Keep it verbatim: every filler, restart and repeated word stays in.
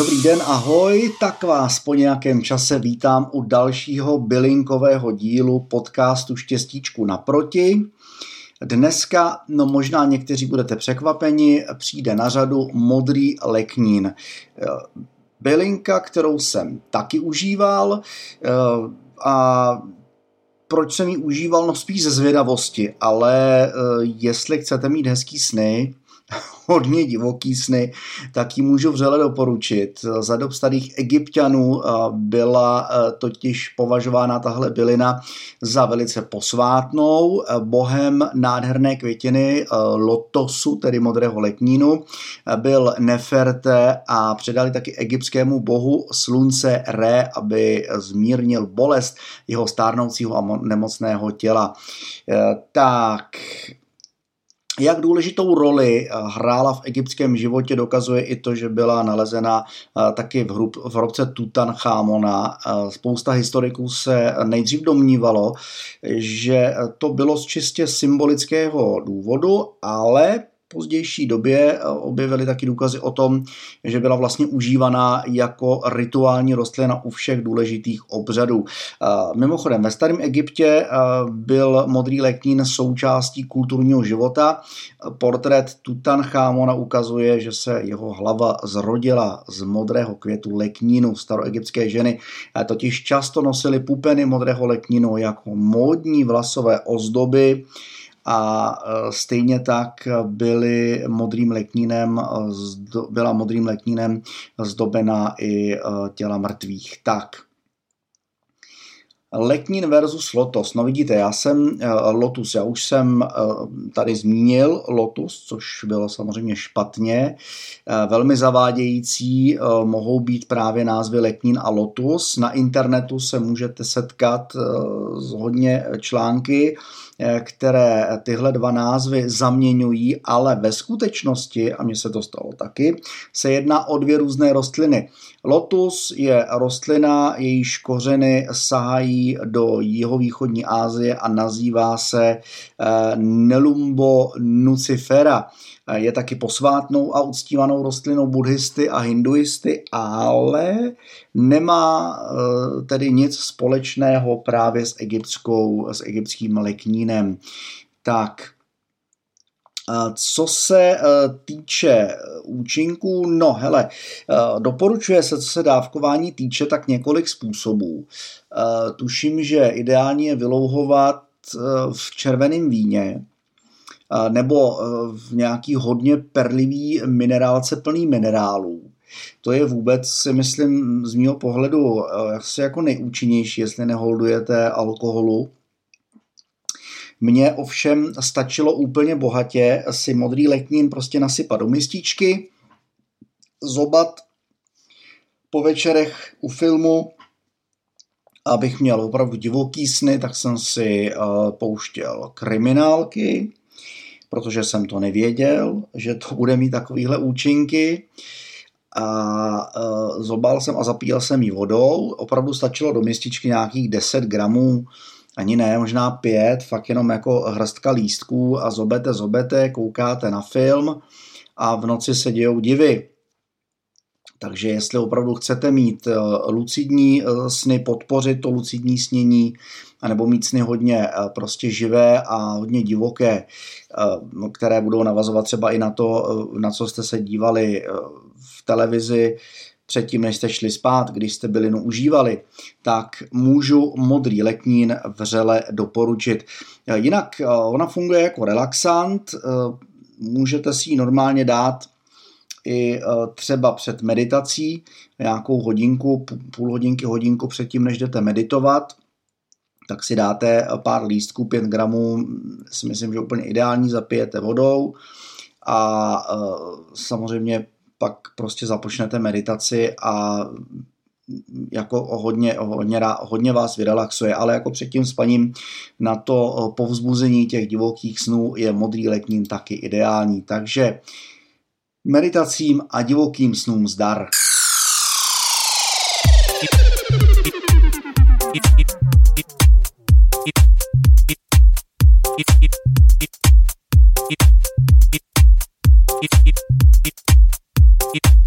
Dobrý den, ahoj, tak vás po nějakém čase vítám u dalšího bylinkového dílu podcastu Štěstíčku naproti. Dneska, no možná někteří budete překvapeni, přijde na řadu modrý leknín. Bylinka, kterou jsem taky užíval a proč jsem ji užíval? No spíš ze zvědavosti, ale jestli chcete mít hezký sny, hodně divoký sny, tak ji můžu vřele doporučit. Za dob starých Egypťanů byla totiž považována tahle bylina za velice posvátnou. Bohem nádherné květiny lotosu, tedy modrého leknínu, byl Neferte a předali taky egyptskému bohu slunce Ré, aby zmírnil bolest jeho stárnoucího a nemocného těla. Tak... Jak důležitou roli hrála v egyptském životě, dokazuje i to, že byla nalezena taky v, hrub, v hrobce Tutanchamona. Spousta historiků se nejdřív domnívalo, že to bylo z čistě symbolického důvodu, ale v pozdější době objevily taky důkazy o tom, že byla vlastně užívaná jako rituální rostlina u všech důležitých obřadů. Mimochodem, ve starém Egyptě byl modrý leknín součástí kulturního života. Portrét Tutanchamona ukazuje, že se jeho hlava zrodila z modrého květu leknínu. Staroegyptské ženy totiž často nosily pupeny modrého leknínu jako módní vlasové ozdoby, a stejně tak byly modrým leknínem, byla modrým leknínem zdobena i těla mrtvých. Tak. Leknín versus lotos. No vidíte, já jsem lotus, já už jsem tady zmínil lotus, což bylo samozřejmě špatně. Velmi zavádějící mohou být právě názvy leknín a lotus. Na internetu se můžete setkat s hodně články, které tyhle dva názvy zaměňují, ale ve skutečnosti, a mně se to stalo taky, se jedná o dvě různé rostliny. Lotus je rostlina, jejíž kořeny sahají do jihovýchodní Asie a nazývá se Nelumbo nucifera. Je taky posvátnou a uctívanou rostlinou buddhisty a hinduisty, ale nemá tedy nic společného právě s egyptskou, s egyptským leknínem. Tak, co se týče účinků, no hele, doporučuje se, co se dávkování týče, tak několik způsobů. Tuším, že ideálně je vylouhovat v červeném víně, nebo v nějaký hodně perlivý minerálce plný minerálů. To je vůbec, si myslím, z mýho pohledu asi jako nejúčinnější, jestli neholdujete alkoholu. Mně ovšem stačilo úplně bohatě si modrý leknín prostě nasypat do mističky, zobat po večerech u filmu, abych měl opravdu divoký sny, tak jsem si pouštěl kriminálky, protože jsem to nevěděl, že to bude mít takovýhle účinky. A e, zobal jsem a zapíjel jsem ji vodou. Opravdu stačilo do mističky nějakých deset gramů, ani ne, možná pět, fakt jenom jako hrstka lístků a zobete, zobete, koukáte na film a v noci se dějou divy. Takže jestli opravdu chcete mít lucidní sny, podpořit to lucidní snění, anebo mít sny hodně prostě živé a hodně divoké, které budou navazovat třeba i na to, na co jste se dívali v televizi předtím, než jste šli spát, když jste bylinu užívali, tak můžu modrý leknín vřele doporučit. Jinak ona funguje jako relaxant, můžete si ji normálně dát i třeba před meditací, nějakou hodinku, půl hodinky, hodinku předtím, než jdete meditovat, tak si dáte pár lístků, pět gramů, si myslím, že úplně ideální, zapijete vodou a samozřejmě pak prostě započnete meditaci a jako hodně, hodně, hodně vás vyrelaxuje, ale jako před tím spaním na to povzbuzení těch divokých snů je modrý leknín taky ideální, takže meditacím a divokým snům zdar. It